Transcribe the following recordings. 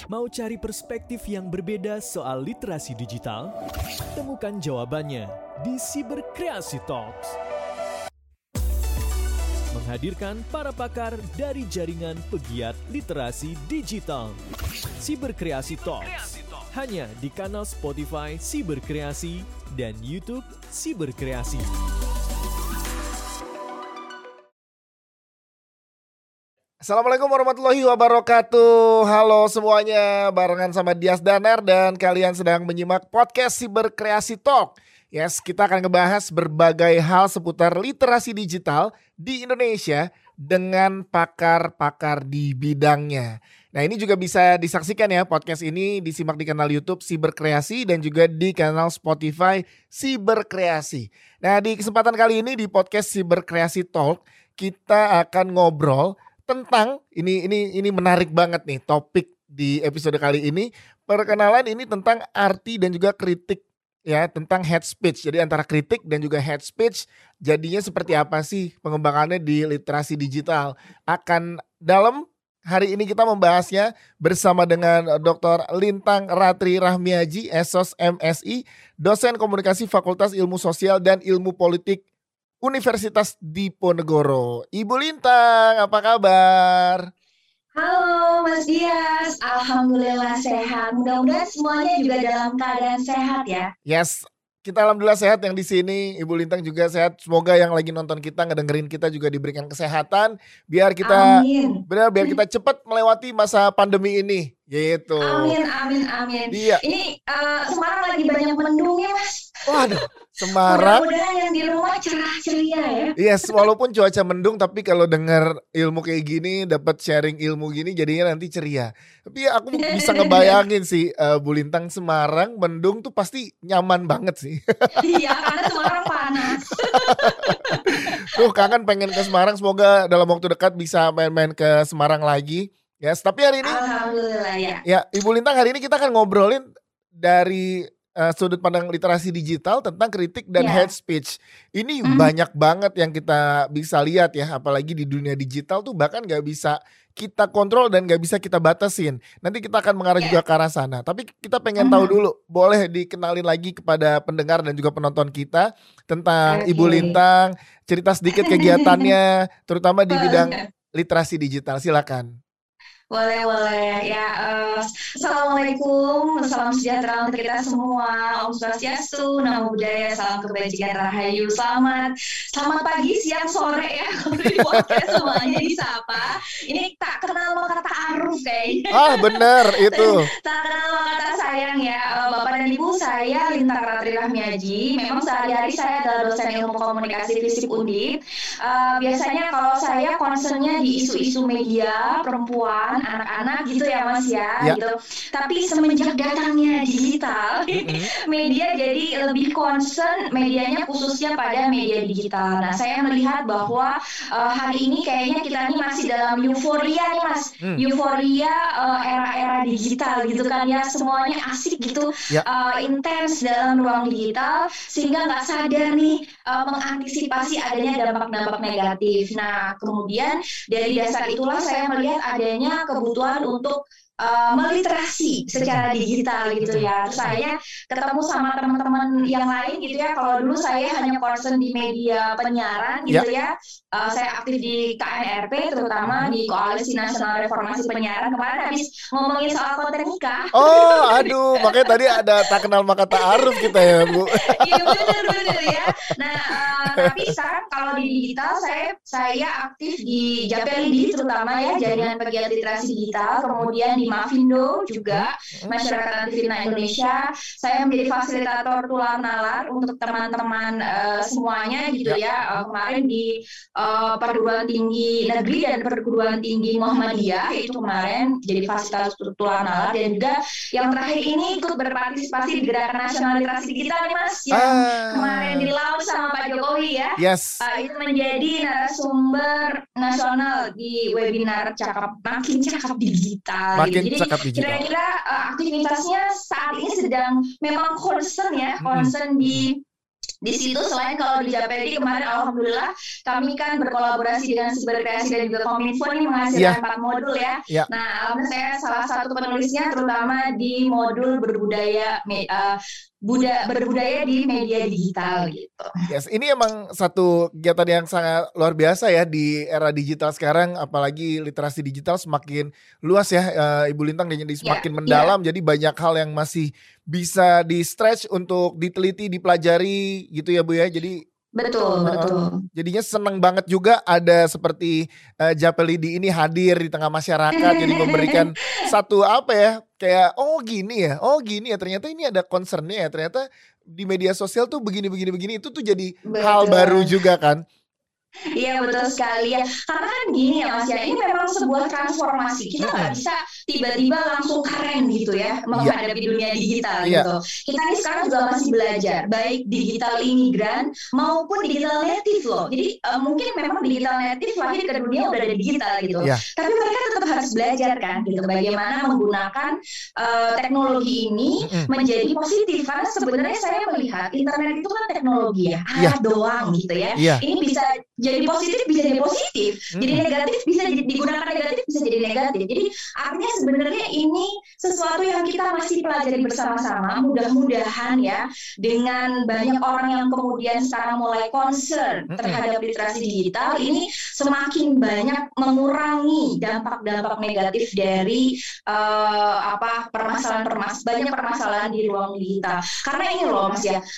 Mau cari perspektif yang berbeda soal literasi digital? Temukan jawabannya di Cyberkreasi Talks. Menghadirkan para pakar dari jaringan pegiat literasi digital. Cyberkreasi Talks. Hanya di kanal Spotify Cyberkreasi dan YouTube Cyberkreasi. Assalamualaikum warahmatullahi wabarakatuh. Halo semuanya, barengan sama Dias Danar dan kalian sedang menyimak podcast Cyberkreasi Talk. Yes, kita akan ngebahas berbagai hal seputar literasi digital di Indonesia dengan pakar-pakar di bidangnya. Nah, ini juga bisa disaksikan ya, podcast ini disimak di kanal YouTube Cyberkreasi dan juga di kanal Spotify Cyberkreasi. Nah, di kesempatan kali ini di podcast Cyberkreasi Talk kita akan ngobrol tentang ini menarik banget nih topik di episode kali ini. Perkenalan ini tentang arti dan juga kritik ya, tentang hate speech. Jadi antara kritik dan juga hate speech jadinya seperti apa sih pengembangannya di literasi digital. Akan dalam hari ini kita membahasnya bersama dengan Dr. Lintang Ratri Rahmiaji, Esos MSI, dosen komunikasi Fakultas Ilmu Sosial dan Ilmu Politik Universitas Diponegoro. Ibu Lintang, apa kabar? Halo Mas Dias, alhamdulillah sehat. Mudah-mudahan semuanya juga dalam keadaan sehat ya. Yes, kita alhamdulillah sehat yang di sini. Ibu Lintang juga sehat. Semoga yang lagi nonton kita, ngedengerin kita juga diberikan kesehatan. Biar kita biar kita cepat melewati masa pandemi ini. Gitu. Amin. Iya. Ini Semarang lagi banyak mendung ya Mas. Waduh, Semarang. Mudah-mudahan yang di rumah cerah ceria ya. Yes, walaupun cuaca mendung tapi kalau dengar ilmu kayak gini, dapat sharing ilmu gini jadinya nanti ceria. Tapi ya aku bisa ngebayangin sih Bu Lintang, Semarang mendung tuh pasti nyaman banget sih. Iya, karena Semarang panas. Tuh kangen pengen ke Semarang, semoga dalam waktu dekat bisa main-main ke Semarang lagi. Yes, tapi hari ini alhamdulillah ya. Ya, Ibu Lintang, hari ini kita akan ngobrolin dari sudut pandang literasi digital tentang kritik dan hate speech. Ini banyak banget yang kita bisa lihat ya, apalagi di dunia digital tuh bahkan gak bisa kita kontrol dan gak bisa kita batasin. Nanti kita akan mengarah juga ke arah sana. Tapi kita pengen tahu dulu, boleh dikenalin lagi kepada pendengar dan juga penonton kita tentang Ibu Lintang, cerita sedikit kegiatannya, terutama di bidang literasi digital. Silakan. Boleh ya. Assalamualaikum, salam sejahtera untuk kita semua. Om Swastiastu, Namo Buddhaya, salam kebajikan rahayu. Selamat pagi, siang, sore ya. Di podcast semuanya disapa. Ini tak kenal maka kata aruf kayaknya. Ah benar itu. Tak kenal maka kata sayang ya. Bapak dan Ibu, saya Lintang Ratri Rahmiaji. Memang sehari-hari saya adalah dosen ilmu komunikasi FISIP Undip. Biasanya kalau saya concernnya di isu-isu media perempuan, anak-anak gitu ya Mas ya. Gitu. Tapi semenjak datangnya digital, media jadi lebih concern medianya khususnya pada media digital. Nah, saya melihat bahwa hari ini kayaknya kita ini masih dalam euforia nih Mas. Euforia era-era digital gitu kan ya, semuanya asik gitu, intens dalam ruang digital sehingga nggak sadar nih mengantisipasi adanya dampak-dampak negatif. Nah, kemudian dari dasar itulah saya melihat adanya kebutuhan untuk meliterasi secara digital gitu ya. Terus saya ketemu sama teman-teman yang lain gitu ya. Kalau dulu saya hanya concern di media penyiaran gitu ya. Saya aktif di KNRP, terutama di Koalisi Nasional Reformasi Penyiaran. Kemarin habis ngomongin soal konten nikah. Oh, aduh, makanya tadi ada tak kenal maka tak aruf kita ya, Bu. Iya benar ya. Nah, tapi sekarang kalau di digital saya aktif di Japelidi terutama ya, jaringan pegiat literasi digital. Kemudian di Mavindo juga, Masyarakat Anti Fitnah Indonesia. Saya menjadi fasilitator tular nalar untuk teman-teman semuanya gitu ya. Kemarin di Perguruan Tinggi Negeri dan Perguruan Tinggi Muhammadiyah, yaitu kemarin jadi fasilitator tular nalar, dan juga yang terakhir ini ikut berpartisipasi di Gerakan Nasional Literasi Digital nih Mas, yang kemarin di-launch sama Pak Jokowi ya. Yes. Itu menjadi narasumber nasional di webinar Makin Cakap Digital. Jadi kira-kira aktivitasnya saat ini sedang memang concern di Di situ selain kalau di Japedi kemarin alhamdulillah kami kan berkolaborasi dengan Siberkreasi dan juga Kominfo ini menghasilkan 4 modul ya. Nah, alhamdulillah saya salah satu penulisnya terutama di modul berbudaya di media digital gitu. Yes, ini emang satu kegiatan yang sangat luar biasa ya di era digital sekarang, apalagi literasi digital semakin luas ya, Ibu Lintang, jadi semakin mendalam, jadi banyak hal yang masih bisa di stretch untuk diteliti, dipelajari gitu ya Bu ya. Jadi betul. Jadinya seneng banget juga ada seperti Japelidi ini hadir di tengah masyarakat, jadi memberikan satu apa ya, kayak oh gini ya, ternyata ini ada concernnya ya, ternyata di media sosial tuh begini itu tuh jadi hal baru juga kan. Iya betul sekali ya, karena kan gini ya Mas ya, ini memang sebuah transformasi, kita nggak bisa tiba-tiba langsung keren gitu ya menghadapi dunia digital gitu. Kita ini sekarang juga masih belajar, baik digital imigran maupun digital native loh. Jadi mungkin memang digital native lahir ke dunia udah ada digital gitu, tapi mereka tetap harus belajar kan gitu, bagaimana menggunakan teknologi ini menjadi positif. Karena sebenarnya saya melihat internet itu kan teknologi ya, alat doang gitu ya. Ini bisa jadi positif, bisa jadi positif, jadi negatif, bisa digunakan negatif, bisa jadi negatif. Jadi artinya sebenarnya ini sesuatu yang kita masih pelajari bersama-sama. Mudah-mudahan ya dengan banyak orang yang kemudian sekarang mulai concern terhadap literasi digital, ini semakin banyak mengurangi dampak-dampak negatif dari banyak permasalahan di ruang digital. Karena ini loh Mas ya,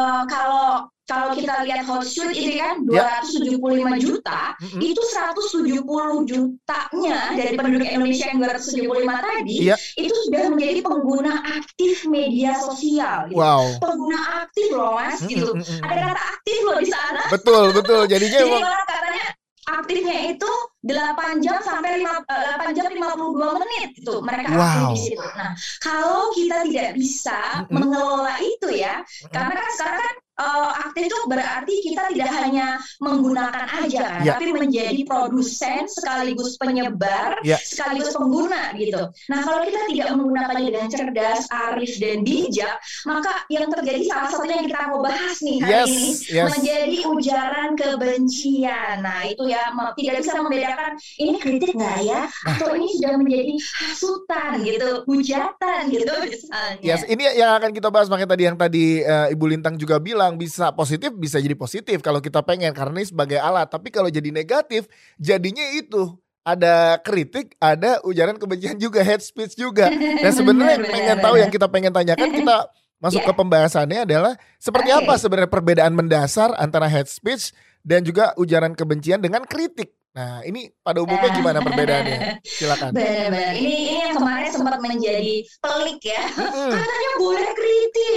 kalau kita lihat Hootsuite ini kan 275 juta, itu 170 jutanya dari penduduk Indonesia yang 275 tadi, itu sudah menjadi pengguna aktif media sosial. Gitu. Wow. Pengguna aktif loh Mas, gitu. Ada kata aktif loh di sana. Betul. Jadinya jadi orang katanya aktifnya itu 8 jam sampai 8 jam 52 menit itu mereka aktif di situ. Nah, kalau kita tidak bisa mengelola itu ya, karena kan sekarang kan aktif itu berarti kita tidak hanya menggunakan aja kan, tapi menjadi produsen sekaligus penyebar, sekaligus pengguna gitu. Nah, kalau kita tidak menggunakannya dengan cerdas, arif dan bijak, maka yang terjadi salah satunya yang kita mau bahas nih hari ini menjadi ujaran kebencian. Nah, itu ya tidak bisa membedakan ini kritik nggak ya, atau ini sudah menjadi hasutan gitu, hujatan gitu misalnya. Ini yang akan kita bahas, makanya yang tadi Ibu Lintang juga bilang, bisa positif, bisa jadi positif kalau kita pengen, karena ini sebagai alat. Tapi kalau jadi negatif, jadinya itu ada kritik, ada ujaran kebencian juga, hate speech juga. Dan sebenarnya pengen tahu, yang kita pengen tanyakan, kita masuk ke pembahasannya adalah seperti apa sebenarnya perbedaan mendasar antara hate speech dan juga ujaran kebencian dengan kritik. Nah, ini pada umumnya gimana perbedaannya? Silakan. Benar-benar. Ini yang kemarin sempat menjadi pelik ya. Katanya boleh kritik,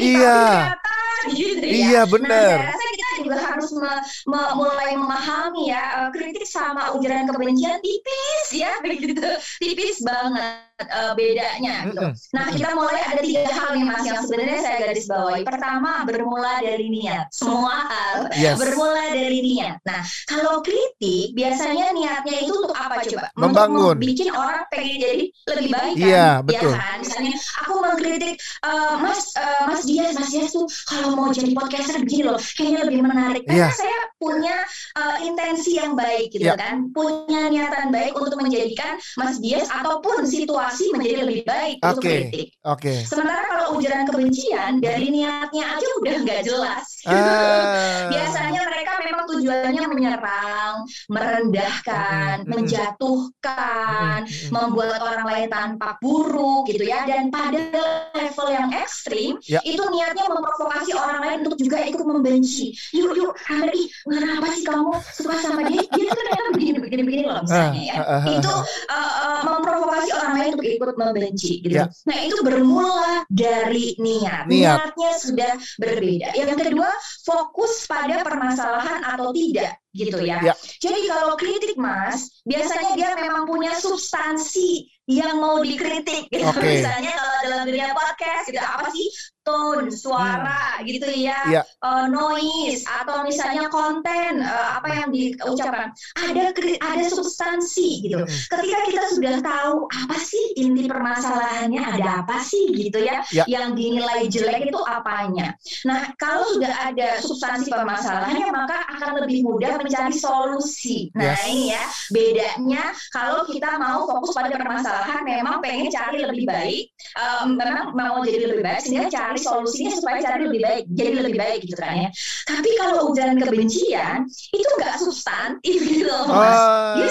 gitu ya. Iya benar. Nah, saya rasa kita juga harus mulai memahami ya, kritik sama ujaran kebencian tipis ya, begitu, tipis banget bedanya. Gitu. Nah, kita mulai ada 3 hal nih Mas yang sebenarnya saya garis bawahi. Pertama, bermula dari niat. Semua hal bermula dari niat. Nah, kalau kritik biasanya niatnya itu untuk apa coba? Membangun. Untuk bikin orang pengen jadi lebih baik kan? Iya, betul. Ya kan? Misalnya aku mengkritik Mas Dias tuh kalau mau jadi podcaster begini loh, kayaknya lebih menarik. Karena saya punya intensi yang baik gitu kan, punya niatan baik untuk menjadikan Mas Dias ataupun situasi menjadi lebih baik untuk kritik. Sementara kalau ujaran kebencian dari niatnya aja udah nggak jelas. Biasanya mereka memang tujuannya menyerang, merendahkan, menjatuhkan, membuat orang lain tampak buruk gitu ya. Dan pada level yang ekstrim, itu niatnya memprovokasi orang lain untuk juga ikut membenci. Yuk, Amri, kenapa sih kamu suka sama dia? Dia tuh ternyata begini loh misalnya ya. Itu memprovokasi orang lain untuk ikut membenci gitu. Nah, itu bermula dari niat. Niatnya sudah berbeda. Yang kedua, fokus pada permasalahan atau tidak gitu ya. Jadi kalau kritik Mas, biasanya dia memang punya substansi yang mau dikritik gitu. Misalnya kalau dalam dunia podcast gitu, apa sih tone, suara gitu ya, noise atau misalnya konten apa yang diucapkan, ada substansi gitu. Ketika kita sudah tahu apa sih inti permasalahannya, ada apa sih gitu ya, yang dinilai jelek itu apanya. Nah, kalau sudah ada substansi permasalahannya, maka akan lebih mudah mencari solusi. Nah, ini ya bedanya kalau kita mau fokus pada permasalahan, memang pengen cari lebih baik, memang mau jadi lebih baik, sehingga cari solusinya supaya cari lebih baik, jadi lebih baik gitu kan ya. Tapi kalau ujaran kebencian itu nggak substantif gitu loh, Mas. Dia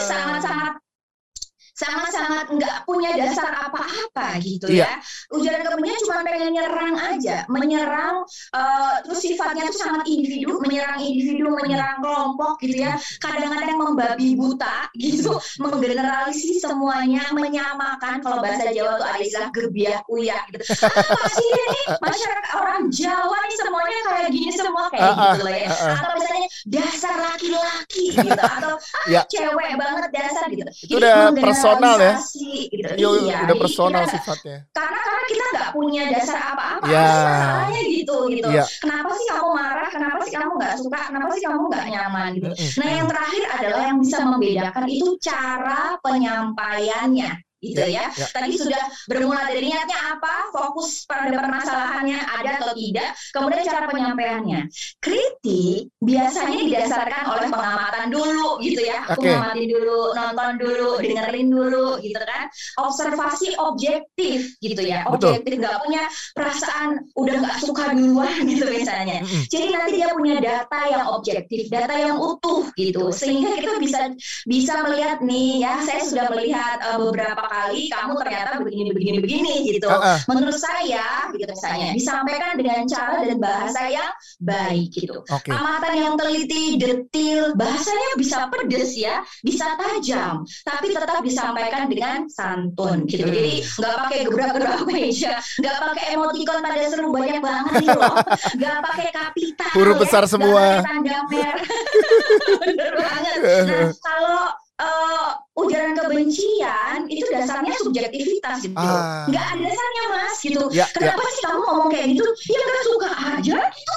sangat nggak punya dasar apa-apa gitu ya. Ujaran kebencian cuma pengen nyerang aja, menyerang, terus sifatnya itu sangat individu, menyerang kelompok gitu ya. Kadang-kadang membabi buta gitu, menggeneralisir semuanya, menyamakan. Kalau bahasa Jawa tuh ada istilah gebiah uyak gitu. Apa sih ini masyarakat orang Jawa nih semuanya kayak gini semua, kayak gitu lah ya. Atau misalnya dasar laki-laki gitu, atau cewek banget dasar gitu. Itu udah personal ya. Gitu. Udah personal sifatnya. Karena kita nggak punya dasar apa-apa, masalahnya gitu. Kenapa sih kamu marah? Kenapa sih kamu nggak suka? Kenapa sih kamu nggak nyaman gitu? Nah, yang terakhir adalah yang bisa membedakan itu cara penyampaiannya. Gitu ya. Tadi sudah bermula dari niatnya apa, fokus pada permasalahannya ada atau tidak, kemudian cara penyampaiannya. Kritik biasanya didasarkan oleh pengamatan dulu gitu ya. Aku ngamatin dulu, nonton dulu, dengerin dulu gitu kan. Observasi objektif gitu ya. Objektif, nggak punya perasaan udah nggak suka duluan gitu misalnya. Jadi nanti dia punya data yang objektif, data yang utuh gitu. Sehingga kita bisa melihat nih ya, saya sudah melihat beberapa kali kamu ternyata begini gitu. Menurut saya gitu misalnya disampaikan dengan cara dan bahasa yang baik gitu. Amatan yang teliti, detil, bahasanya bisa pedes ya, bisa tajam, tapi tetap disampaikan dengan santun gitu. Jadi nggak pakai gebrak-gebrak meja, nggak pakai emoticon pada seru banyak banget nih loh, nggak pakai kapital, huruf besar semua, tanda merah. Bener banget. Nah, kalau ujaran kebencian itu dasarnya subjektivitas gitu, nggak ada dasarnya Mas gitu. Kenapa sih kamu ngomong kayak gitu? Ya nggak suka aja gitu.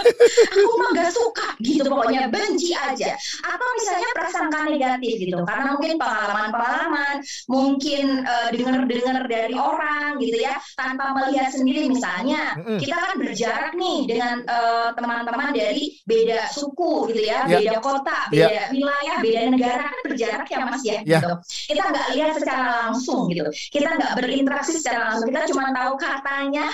Aku mah nggak suka gitu, pokoknya benci aja. Atau misalnya prasangka negatif gitu, karena mungkin pengalaman, mungkin dengar dari orang gitu ya, tanpa melihat sendiri. Misalnya kita kan berjarak nih dengan teman-teman dari beda suku gitu ya, beda kota, beda wilayah, beda negara, kan berjarak ya Mas ya. Gitu. Kita nggak lihat secara langsung gitu, kita nggak berinteraksi secara langsung, kita cuma tahu katanya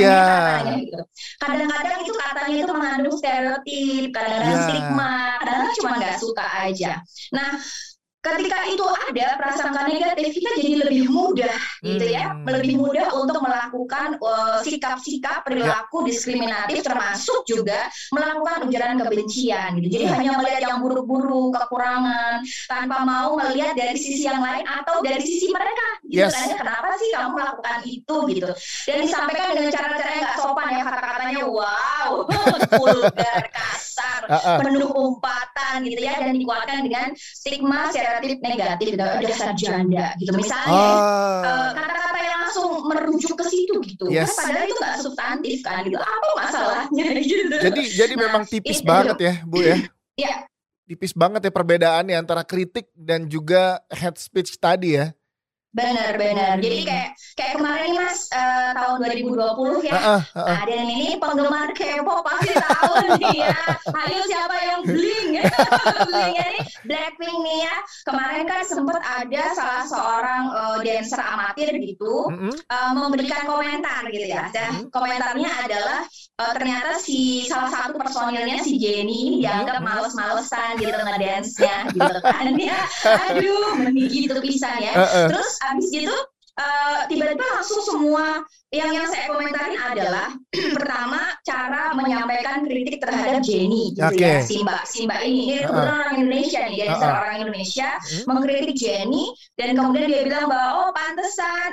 gitu. Kadang-kadang itu katanya itu mengandung stereotip, kadang-kadang stigma, kadang-kadang cuma nggak suka aja. Nah, ketika itu ada prasangka negatif, kita jadi lebih mudah gitu ya, lebih mudah untuk melakukan sikap-sikap perilaku diskriminatif, termasuk juga melakukan ujaran kebencian gitu. Jadi hanya melihat yang buruk-buruk, kekurangan, tanpa mau melihat dari sisi yang lain atau dari sisi mereka gitu. Kenapa sih kamu melakukan itu gitu, dan disampaikan dengan cara-cara yang nggak sopan ya, kata-katanya wow, vulgar, kasar, penuh umpatan gitu ya, dan dikuatkan dengan stigma stereotip negatif, dasar janda gitu misalnya. Kata-kata yang langsung merujuk ke situ gitu. Padahal itu nggak substantif kan gitu. Apa masalahnya gitu. Jadi memang tipis banget ya Bu ya. Tipis banget ya perbedaannya antara kritik dan juga hate speech tadi ya. Benar. Jadi kayak kemarin nih Mas, tahun 2020 ya. Ada yang ini penggemar K-pop pasti tahu nih ya. Ayo siapa yang Blink? Blink ini Blackpink nih ya. Kemarin kan sempat ada salah seorang dancer amatir gitu, memberikan komentar gitu ya. Dan komentarnya adalah ternyata salah satu personilnya si Jennie ini dianggap males-malesan gitu ngedance-nya gitu kan ya. Aduh, mending gitu pisan ya. Terus abis gitu tiba-tiba langsung semua yang saya komentarin adalah pertama cara menyampaikan kritik terhadap Jennie gitu ya, si Mbak ini kebetulan orang Indonesia nih, dia orang Indonesia mengkritik Jennie, dan kemudian dia bilang bahwa pantesan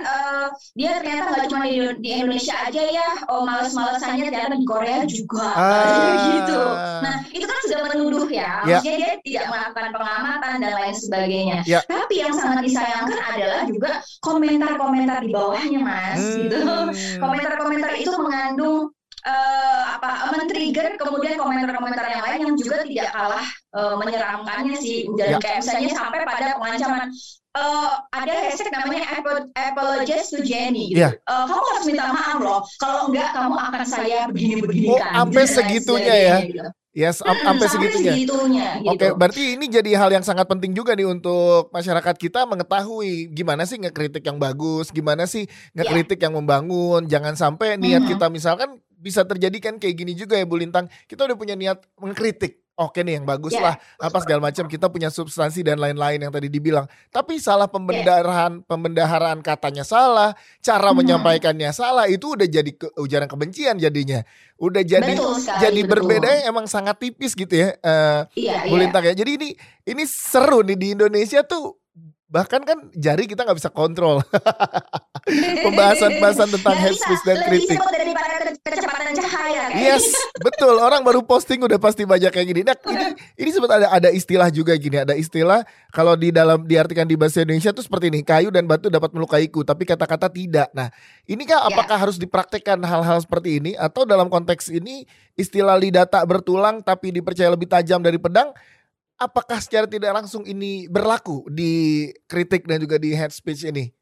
dia ternyata nggak cuma di Indonesia aja ya, males-malesannya ternyata di Korea juga gitu. Nah itu kan sudah menuduh ya, maksudnya dia tidak melakukan pengamatan dan lain sebagainya. Tapi yang sangat disayangkan adalah juga komentar-komentar di bawahnya Mas gitu. Komentar-komentar itu mengandung men-trigger kemudian komentar-komentar yang lain yang juga tidak kalah menyeramkannya sih. Dan kayak misalnya sampai pada pengancaman. Ada hashtag namanya apologize to Jenny gitu. Kamu harus minta maaf loh, kalau enggak kamu akan saya begini-beginikan. Sampai segitunya ya. Gitu. Yes, sampai segitunya. Gitu. Oke, berarti ini jadi hal yang sangat penting juga nih untuk masyarakat kita mengetahui gimana sih ngekritik yang bagus, gimana sih ngekritik yang membangun. Jangan sampai niat kita misalkan bisa terjadi kan kayak gini juga ya Bu Lintang. Kita udah punya niat mengkritik. Oke nih yang bagus lah, apa segala macam, kita punya substansi dan lain-lain yang tadi dibilang. Tapi salah pembendaharaan katanya salah, cara menyampaikannya salah, itu udah jadi ujaran kebencian jadinya. Udah jadi berbeda emang sangat tipis gitu ya, Bu Lintang ya. Jadi ini seru nih di Indonesia tuh. Bahkan kan jari kita nggak bisa kontrol. Pembahasan tentang hate speech dan kritik. Lebih daripada kecepatan cahaya. Yes, betul. Orang baru posting udah pasti banyak kayak gini. Nah, ini sempat ada istilah juga gini. Ada istilah kalau diartikan di bahasa Indonesia tuh seperti ini. Kayu dan batu dapat melukaiku, tapi kata-kata tidak. Nah, ini kah apakah harus dipraktekkan hal-hal seperti ini, atau dalam konteks ini istilah lidah tak bertulang tapi dipercaya lebih tajam dari pedang? Apakah secara tidak langsung ini berlaku di kritik dan juga di hate speech ini?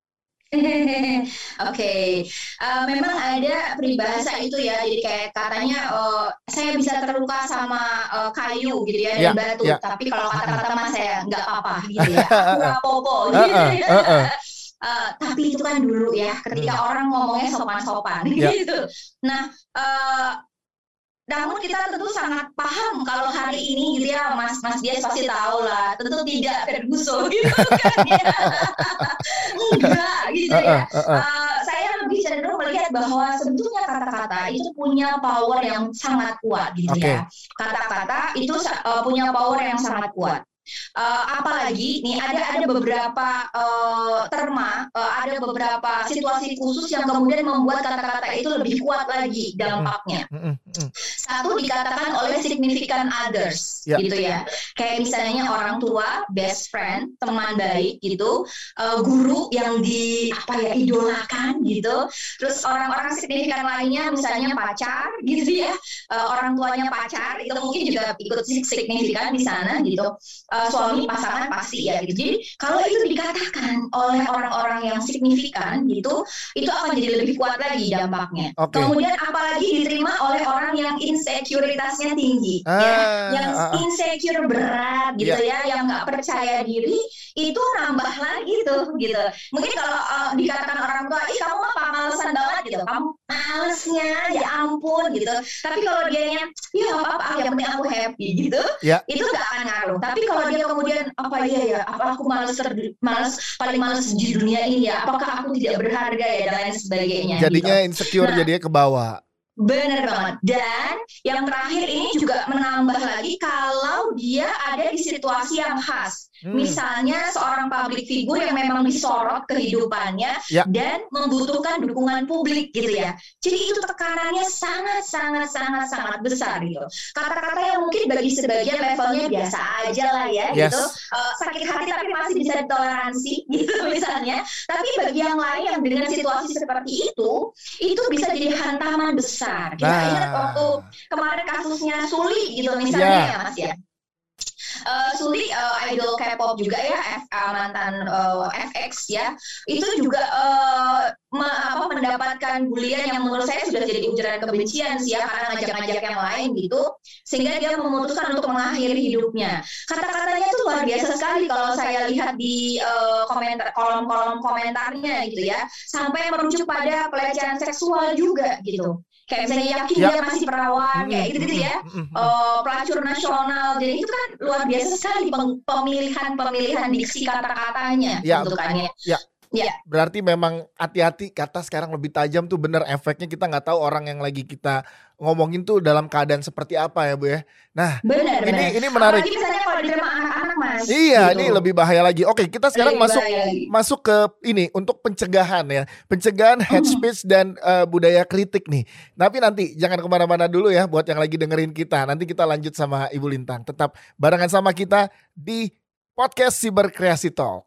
Oke. Memang ada peribahasa itu ya, jadi kayak katanya saya bisa terluka sama kayu gitu ya, dan batu, tapi kalau kata-kata mas saya nggak apa-apa gitu ya, aku rapopo gitu. Tapi itu kan dulu ya, ketika orang ngomongnya sopan-sopan gitu. Nah, namun kita tentu sangat paham kalau hari ini gitu ya, Mas Dias pasti tahu lah, tentu tidak Ferguson gitu kan ya. Enggak gitu ya. Saya lebih cenderung melihat bahwa sebetulnya kata-kata itu punya power yang sangat kuat gitu ya. Kata-kata itu punya power yang sangat kuat. Apalagi nih ada beberapa terma, ada beberapa situasi khusus yang kemudian membuat kata-kata itu lebih kuat lagi dampaknya. Satu dikatakan oleh significant others gitu ya, kayak misalnya orang tua, best friend, teman baik gitu, guru yang idolakan gitu, terus orang-orang signifikan lainnya misalnya pacar gitu ya, orang tuanya pacar itu mungkin juga ikut signifikan di sana gitu. Suami, pasangan pasti ya gitu. Jadi kalau itu dikatakan oleh orang-orang yang signifikan gitu, itu akan jadi lebih kuat lagi dampaknya. Kemudian apalagi diterima oleh orang yang insekuritasnya tinggi, yang insecure berat gitu ya, yang nggak percaya diri, itu nambah lagi tuh gitu. Mungkin kalau dikatakan orang tua, ih kamu apa malesan banget gitu, kamu malesnya ya ampun gitu. Tapi kalau dianya, ya apa-apa, yang penting aku happy gitu, itu nggak akan ngaruh. Tapi kalau dia kemudian apa aku paling males di dunia ini ya, apakah aku tidak berharga ya, dan lain sebagainya. Jadinya gitu. Insecure, jadinya ke bawah. Benar banget. Dan yang terakhir ini juga menambah lagi kalau dia ada di situasi yang khas. Misalnya seorang public figure yang memang disorot kehidupannya dan membutuhkan dukungan publik gitu ya. Jadi itu tekanannya sangat besar gitu. Kata-kata yang mungkin bagi sebagian levelnya biasa aja lah ya gitu. Sakit hati tapi masih bisa ditoleransi gitu misalnya. Tapi bagi yang lain yang dengan situasi seperti itu bisa jadi hantaman besar. Kita ingat waktu kemarin kasusnya Suli gitu misalnya ya Mas ya. Suli idol K-pop juga ya, mantan FX ya, itu juga mendapatkan bulian yang menurut saya sudah jadi ujaran kebencian sih ya, karena ngajak-ngajak yang lain gitu, sehingga dia memutuskan untuk mengakhiri hidupnya. Kata-katanya itu luar biasa sekali kalau saya lihat di kolom-kolom komentarnya gitu ya, sampai merujuk pada pelecehan seksual juga gitu. Kayak misalnya yakin dia masih perawan, kayak gitu ya, pelacur nasional. Jadi itu kan luar biasa sekali pemilihan diksi kata-katanya gitu kan ya. Berarti memang hati-hati, kata sekarang lebih tajam tuh, bener efeknya kita nggak tahu orang yang lagi kita ngomongin tuh dalam keadaan seperti apa ya Bu ya. Nah ini menarik. Apalagi misalnya kalau diterima anak-anak Mas. Iya gitu. Ini lebih bahaya lagi. Oke, kita sekarang masuk ke ini untuk pencegahan ya. Pencegahan hate speech dan budaya kritik nih. Tapi nanti jangan kemana-mana dulu ya buat yang lagi dengerin kita. Nanti kita lanjut sama Ibu Lintang. Tetap barengan sama kita di podcast Siberkreasi Talk.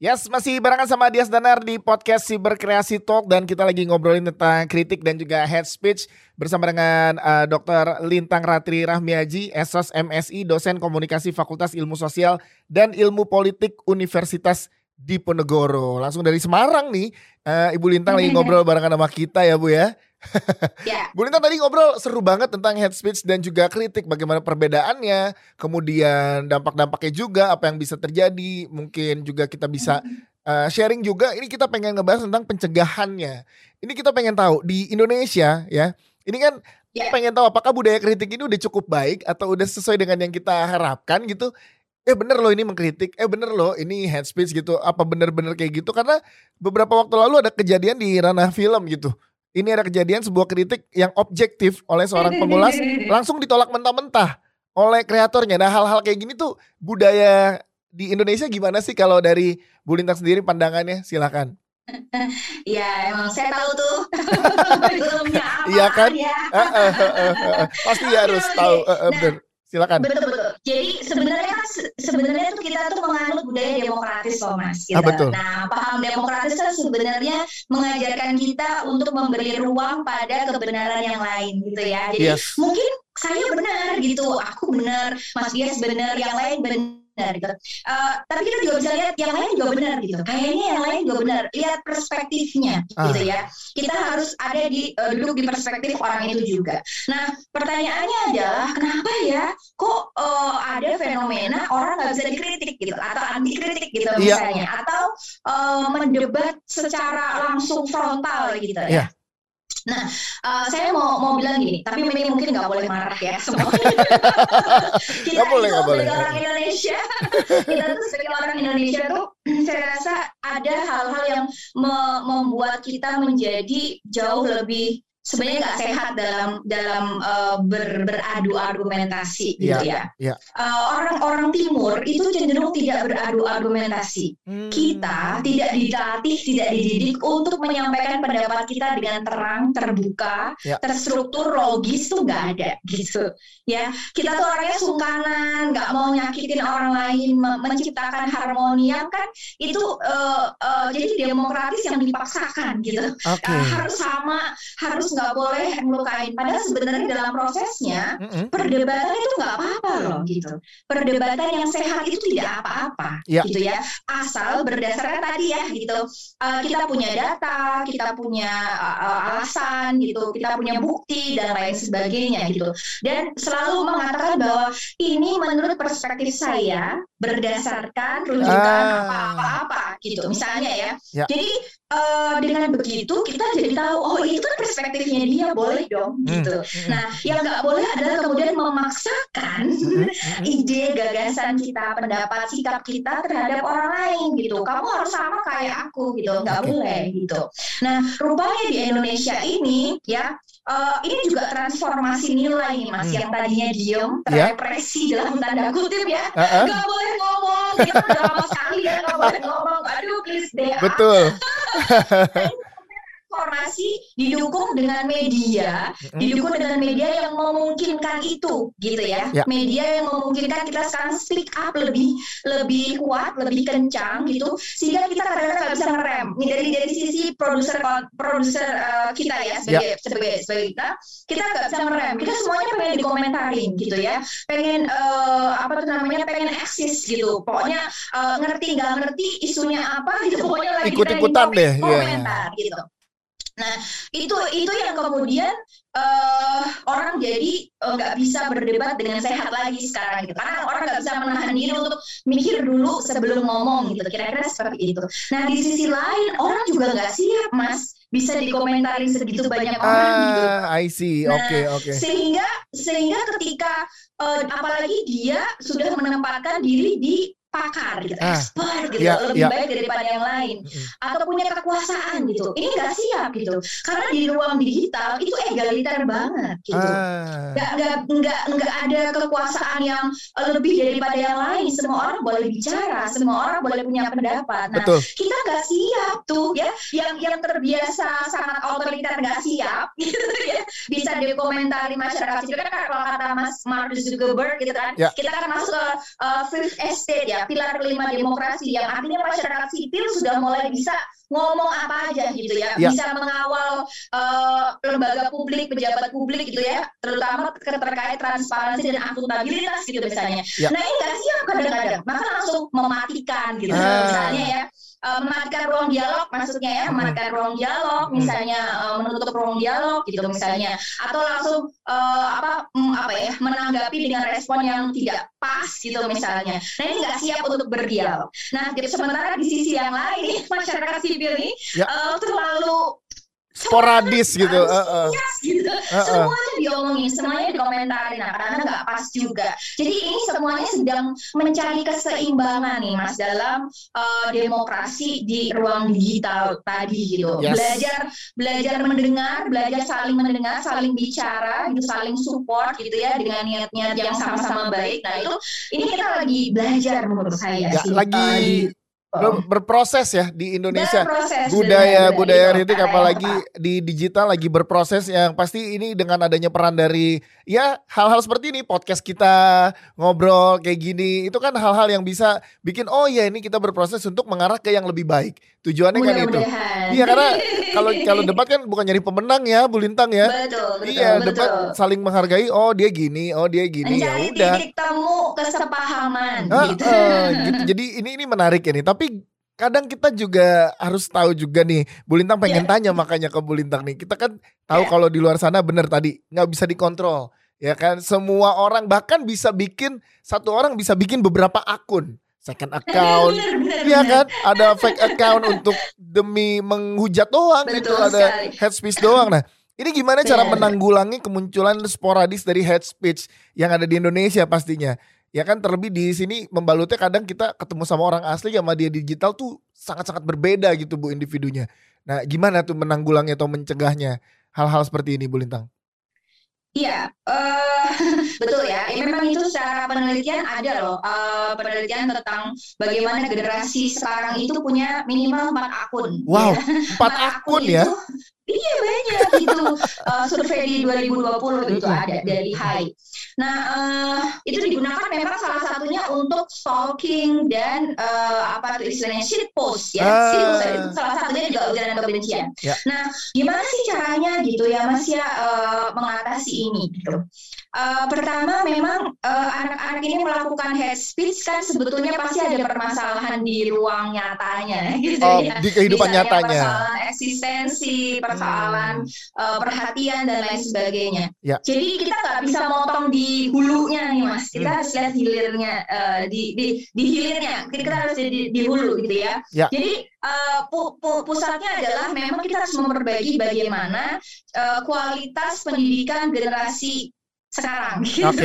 Yes, masih barengan sama Dias Danar di podcast Siberkreasi Talk dan kita lagi ngobrolin tentang kritik dan juga head speech bersama dengan Dr. Lintang Ratri Rahmiaji, SOS MSI, dosen komunikasi Fakultas Ilmu Sosial dan Ilmu Politik Universitas Diponegoro. Langsung dari Semarang nih, Ibu Lintang lagi ngobrol barengan sama kita ya Bu ya. Ya. Bu Lintang tadi ngobrol seru banget tentang head speech dan juga kritik, bagaimana perbedaannya, kemudian dampak-dampaknya juga, apa yang bisa terjadi, mungkin juga kita bisa sharing juga. Ini kita pengen ngebahas tentang pencegahannya. Ini kita pengen tahu di Indonesia ya, ini kan pengen tahu apakah budaya kritik ini udah cukup baik atau udah sesuai dengan yang kita harapkan gitu. Bener loh ini mengkritik, bener loh ini head speech gitu, apa bener-bener kayak gitu. Karena beberapa waktu lalu ada kejadian di ranah film gitu. Ini ada kejadian sebuah kritik yang objektif oleh seorang pengulas langsung ditolak mentah-mentah oleh kreatornya. Nah hal-hal kayak gini tuh budaya di Indonesia gimana sih kalau dari Bu Lintang sendiri pandangannya? Silakan. Ya emang saya tahu tuh filmnya apa. Iya kan? Ya. Pasti harus tahu. Bener. Silakan. Betul. Jadi sebenarnya tuh kita tuh menganut budaya demokratis loh Mas. Gitu. Betul. Nah paham demokratis kan sebenarnya mengajarkan kita untuk memberi ruang pada kebenaran yang lain gitu ya. Jadi mungkin saya benar gitu, aku benar, Mas Dias benar, yang lain benar gitu. Tapi kita juga bisa lihat yang lain juga benar gitu. Kayaknya yang lain juga benar. Lihat perspektifnya gitu ya. Kita harus ada duduk di perspektif orang itu juga. Nah pertanyaannya adalah kenapa ya kok ada fenomena orang nggak bisa dikritik gitu atau anti kritik gitu misalnya atau mendebat secara langsung frontal gitu ya. Nah, saya mau bilang gini, tapi mungkin nggak boleh marah ya semua. Kita sebagai orang Indonesia, kita tuh sebagai orang Indonesia tuh, saya rasa ada hal-hal yang membuat kita menjadi jauh lebih sebenarnya nggak sehat dalam beradu argumentasi gitu ya. Orang Timur itu cenderung tidak beradu argumentasi. Kita tidak dilatih, tidak dididik untuk menyampaikan pendapat kita dengan terang, terbuka, terstruktur, logis tuh nggak ada gitu. Ya, kita tuh orangnya sungkanan, nggak mau nyakitin orang lain, menciptakan harmoni yang kan itu jadi demokratis yang dipaksakan gitu. Harus sama, harus nggak boleh melukain. Padahal sebenarnya dalam prosesnya perdebatan itu nggak apa-apa loh gitu. Perdebatan yang sehat itu tidak apa-apa gitu ya. Asal berdasarkan tadi ya gitu. Kita punya data, kita punya alasan gitu, kita punya bukti dan lain sebagainya gitu. Dan selalu mengatakan bahwa ini menurut perspektif saya berdasarkan rujukan apa-apa gitu. Misalnya ya. Jadi dengan begitu kita jadi tahu oh itu kan perspektifnya dia, boleh dong gitu. Nah yang nggak boleh adalah kemudian memaksakan ide, gagasan kita, pendapat, sikap kita terhadap orang lain gitu. Kamu harus sama kayak aku gitu, nggak boleh gitu. Nah rupanya di Indonesia ini ya ini juga transformasi nilai nih Mas, yang tadinya diem, terrepresi dalam tanda kutip ya, nggak boleh ngomong, gitu udah lama sekali ya nggak boleh ngomong, aduh please deh. Betul. Informasi didukung dengan media, didukung dengan media yang memungkinkan itu, gitu ya. Media yang memungkinkan kita sekarang speak up lebih kuat, lebih kencang, gitu, sehingga kita kadang-kadang nggak bisa ngerem. Ini dari sisi produser kita ya, sebagai kita nggak bisa ngerem. Kita semuanya pengen dikomentarin, gitu ya. Pengen pengen eksis, gitu. Pokoknya ngerti nggak ngerti isunya apa, gitu. Pokoknya lagi ikut-ikutan deh, komentar, gitu. Nah itu yang kemudian orang jadi nggak bisa berdebat dengan sehat lagi sekarang gitu, karena orang nggak bisa menahan diri untuk mikir dulu sebelum ngomong gitu, kira-kira seperti itu. Nah di sisi lain orang juga nggak siap Mas bisa dikomentarin segitu banyak orang gitu. I see, oke. Sehingga ketika apalagi dia sudah menempatkan diri di pakar gitu, expert gitu, lebih baik daripada yang lain, atau punya kekuasaan gitu. Ini nggak siap gitu, karena di ruang digital itu egaliter banget gitu. Nggak ada kekuasaan yang lebih daripada yang lain. Semua orang boleh bicara, semua orang boleh punya pendapat. Nah, kita nggak siap tuh ya, yang terbiasa sangat otoriter nggak siap gitu ya, bisa dikomentari masyarakat sipil kan, kalau kata Mas Mark Zuckerberg gitu kan, kita kan masuk ke fifth estate ya, pilar kelima demokrasi, yang artinya masyarakat sipil sudah mulai bisa ngomong apa aja gitu ya, bisa mengawal lembaga publik, pejabat publik gitu ya, terutama terkait transparansi dan akuntabilitas gitu misalnya. Nah ini nggak siap kadang-kadang, maka langsung mematikan gitu misalnya ya. Mematikan ruang dialog maksudnya ya, mematikan ruang dialog misalnya, menutup ruang dialog gitu misalnya, atau langsung menanggapi dengan respon yang tidak pas gitu misalnya. Nah ini nggak siap untuk berdialog. Nah sementara di sisi yang lain masyarakat sipil ini terlalu sporadis gitu. Gitu. Semuanya diomongin, semuanya dikomentarin, karena nggak pas juga. Jadi ini semuanya sedang mencari keseimbangan nih Mas dalam demokrasi di ruang digital tadi gitu. Belajar mendengar, belajar saling mendengar, saling bicara, gitu, saling support gitu ya dengan niat-niat yang sama-sama baik. Nah itu ini kita lagi belajar menurut saya sih. Lagi berproses ya di Indonesia, budaya kritik apalagi di digital lagi berproses, yang pasti ini dengan adanya peran dari ya hal-hal seperti ini, podcast kita ngobrol kayak gini, itu kan hal-hal yang bisa bikin ini kita berproses untuk mengarah ke yang lebih baik, tujuannya kan itu. Iya, karena kalau debat kan bukan nyari pemenang ya Bu Lintang ya. Betul. Debat saling menghargai, dia gini, ya udah, titik temu kesepahaman gitu. Jadi ini menarik ini, tapi kadang kita juga harus tahu juga nih, Bu Lintang pengen tanya makanya ke Bu Lintang nih. Kita kan tahu kalau di luar sana bener tadi nggak bisa dikontrol, ya kan? Semua orang bahkan satu orang bisa bikin beberapa akun, second account, ya kan? Ada fake account untuk demi menghujat doang, itu ada hate speech doang. Nah, ini gimana cara menanggulangi kemunculan sporadis dari hate speech yang ada di Indonesia pastinya? Ya kan, terlebih di sini membalutnya kadang kita ketemu sama orang asli sama dia digital tuh sangat-sangat berbeda gitu Bu individunya. Nah gimana tuh menanggulangi atau mencegahnya hal-hal seperti ini Bu Lintang? Iya, betul ya. Memang itu secara penelitian ada loh, penelitian tentang bagaimana generasi sekarang itu punya minimal 4 akun. Wow, 4 akun ya? Iya banyak gitu. Survei di 2020 itu ada dari HAI. Nah, itu digunakan memang salah satunya untuk stalking dan istilahnya shit post ya. Itu salah satunya juga ujaran kebencian. Nah, gimana sih caranya gitu ya Mas ya mengatasi ini gitu. Pertama memang anak-anak ini melakukan hate speech kan sebetulnya pasti ada permasalahan di ruang nyatanya gitu ya. Di kehidupan nyatanya. Persoalan eksistensi, persoalan perhatian dan lain sebagainya. Jadi kita nggak bisa motong di hulunya nih Mas. Kita harus lihat hilirnya, di hilirnya. Kita harus di hulu gitu ya. Jadi pusatnya adalah memang kita harus memperbaiki bagaimana kualitas pendidikan generasi sekarang.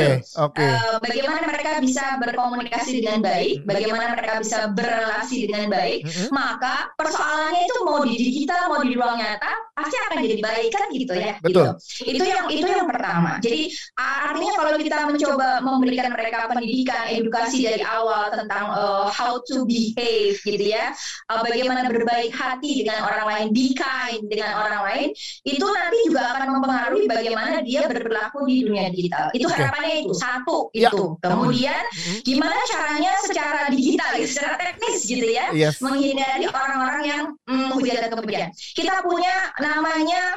Bagaimana mereka bisa berkomunikasi dengan baik, bagaimana mereka bisa berrelasi dengan baik, maka persoalannya itu mau di digital, mau di ruang nyata, pasti akan jadi baik kan gitu ya. Betul. Gitu. Itu yang pertama. Jadi artinya kalau kita mencoba memberikan mereka pendidikan, edukasi dari awal tentang how to behave gitu ya, bagaimana berbaik hati dengan orang lain, be kind dengan orang lain, itu nanti juga akan mempengaruhi bagaimana dia berperilaku di dunia digital. Itu harapannya itu satu itu. Kemudian gimana caranya secara digital, secara teknis gitu ya, menghindari orang-orang yang hujatan kebencian. Kita punya namanya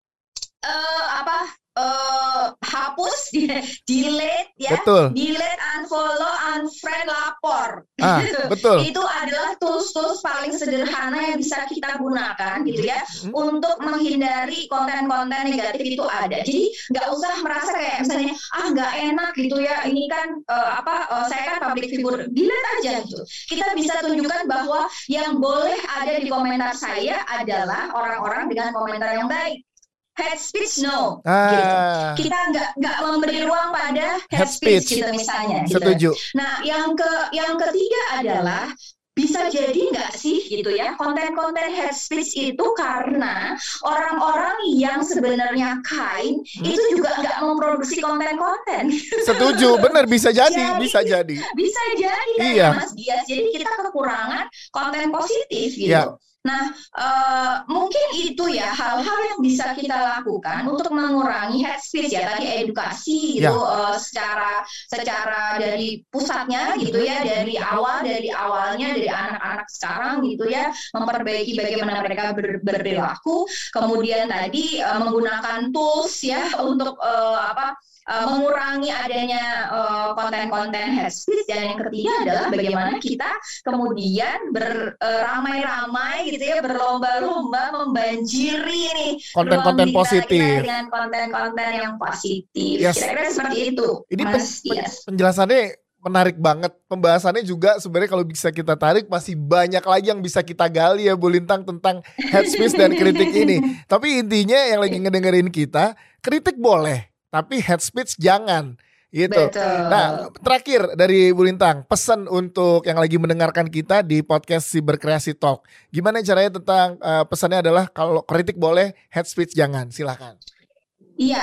hapus, delete ya, delete, unfollow, unfriend, lapor. Betul. Itu adalah tools paling sederhana yang bisa kita gunakan gitu ya untuk menghindari konten-konten negatif itu ada. Jadi nggak usah merasa kayak misalnya nggak enak gitu ya, ini kan saya kan public figure, delete aja gitu. Kita bisa tunjukkan bahwa yang boleh ada di komentar saya adalah orang-orang dengan komentar yang baik. Hate speech no, gitu. Kita nggak memberi ruang pada hate speech gitu misalnya. Gitu. Setuju. Nah, yang ketiga adalah bisa jadi nggak sih gitu ya konten-konten hate speech itu karena orang-orang yang sebenarnya kind itu juga nggak memproduksi konten-konten. Setuju, benar, bisa jadi. Bisa jadi kan Mas Dias. Jadi kita kekurangan konten positif gitu. Nah, mungkin itu ya hal-hal yang bisa kita lakukan untuk mengurangi hate speech ya, tadi edukasi gitu secara dari pusatnya gitu ya, dari awalnya dari anak-anak sekarang gitu ya, memperbaiki bagaimana mereka berperilaku, kemudian tadi menggunakan tools ya untuk mengurangi adanya konten-konten hate speech, dan yang ketiga adalah bagaimana kita kemudian beramai-ramai gitu ya, berlomba-lomba membanjiri nih konten-konten positif dengan konten-konten yang positif. Kira-kira seperti itu. Ini penjelasannya menarik banget. Pembahasannya juga sebenarnya kalau bisa kita tarik masih banyak lagi yang bisa kita gali ya Bu Lintang tentang hate speech dan kritik ini. Tapi intinya yang lagi ngedengerin kita, kritik boleh, tapi hate speech jangan gitu. Betul. Nah, terakhir dari Bu Lintang, pesan untuk yang lagi mendengarkan kita di podcast Siberkreasi Talk. Gimana caranya tentang pesannya adalah kalau kritik boleh, hate speech jangan. Silakan. Iya,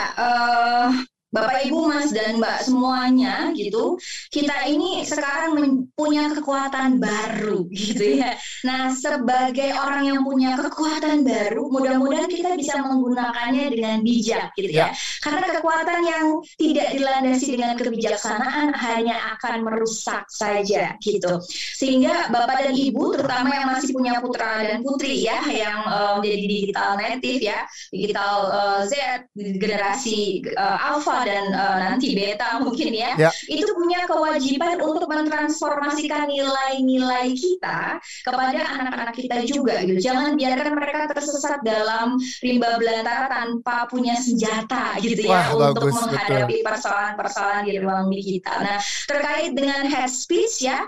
Bapak, Ibu, Mas, dan Mbak semuanya gitu, kita ini sekarang punya kekuatan baru gitu ya. Nah, sebagai orang yang punya kekuatan baru, mudah-mudahan kita bisa menggunakannya dengan bijak gitu ya. Karena kekuatan yang tidak dilandasi dengan kebijaksanaan hanya akan merusak saja gitu. Sehingga Bapak dan Ibu, terutama yang masih punya putra dan putri ya, yang menjadi digital native ya, digital Z, generasi Alpha dan nanti beta mungkin ya, itu punya kewajiban untuk mentransformasikan nilai-nilai kita kepada anak-anak kita juga gitu. Jangan biarkan mereka tersesat dalam rimba belantara tanpa punya senjata gitu ya. Wah, untuk menghadapi persoalan-persoalan di ruang kita. Nah, terkait dengan hate speech ya,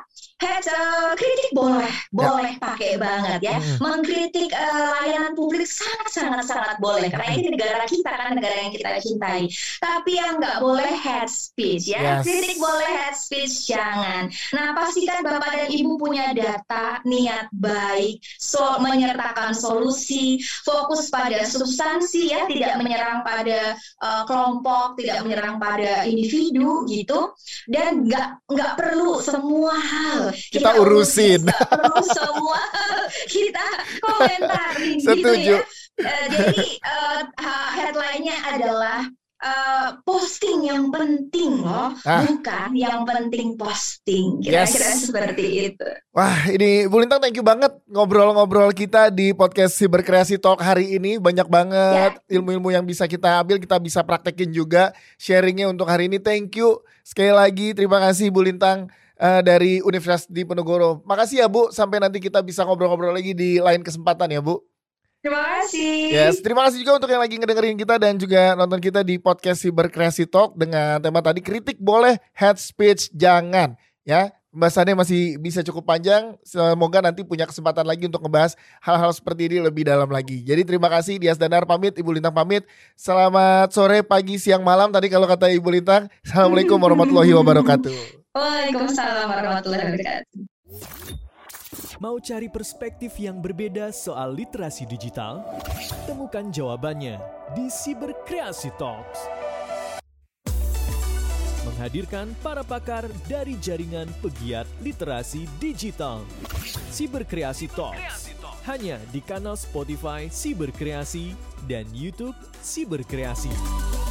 kritik boleh pakai banget ya. Mengkritik layanan publik sangat boleh, karena ini negara kita kan, negara yang kita cintai. Tapi yang nggak boleh hate speech ya. Kritik boleh, hate speech jangan. Nah, pastikan Bapak dan Ibu punya data, niat baik, menyertakan solusi, fokus pada substansi ya, tidak menyerang pada kelompok, tidak menyerang pada individu gitu, dan nggak perlu semua hal kita urusin. Perlu semua kita komentarin gitu ya. Jadi headline-nya adalah posting yang penting loh, bukan yang penting posting. Kira-kira seperti itu. Wah, ini Bu Lintang, thank you banget ngobrol-ngobrol kita di podcast Siberkreasi Talk hari ini. Banyak banget ilmu-ilmu yang bisa kita ambil, kita bisa praktekin juga sharingnya untuk hari ini. Thank you sekali lagi, terima kasih Bu Lintang dari Universitas Diponegoro. Makasih ya Bu, sampai nanti kita bisa ngobrol-ngobrol lagi di lain kesempatan ya Bu. Terima kasih. Terima kasih juga untuk yang lagi ngedengerin kita dan juga nonton kita di podcast Siberkreasi Talk dengan tema tadi, kritik boleh, hate speech jangan ya. Pembahasannya masih bisa cukup panjang. Semoga nanti punya kesempatan lagi untuk ngebahas hal-hal seperti ini lebih dalam lagi. Jadi terima kasih, Dias Danar pamit, Ibu Lintang pamit. Selamat sore, pagi, siang, malam. Tadi kalau kata Ibu Lintang, Assalamualaikum warahmatullahi wabarakatuh. Waalaikumsalam warahmatullahi wabarakatuh. Mau cari perspektif yang berbeda soal literasi digital? Temukan jawabannya di Siberkreasi Talks. Menghadirkan para pakar dari jaringan pegiat literasi digital. Siberkreasi Talks hanya di kanal Spotify Siberkreasi dan YouTube Siberkreasi.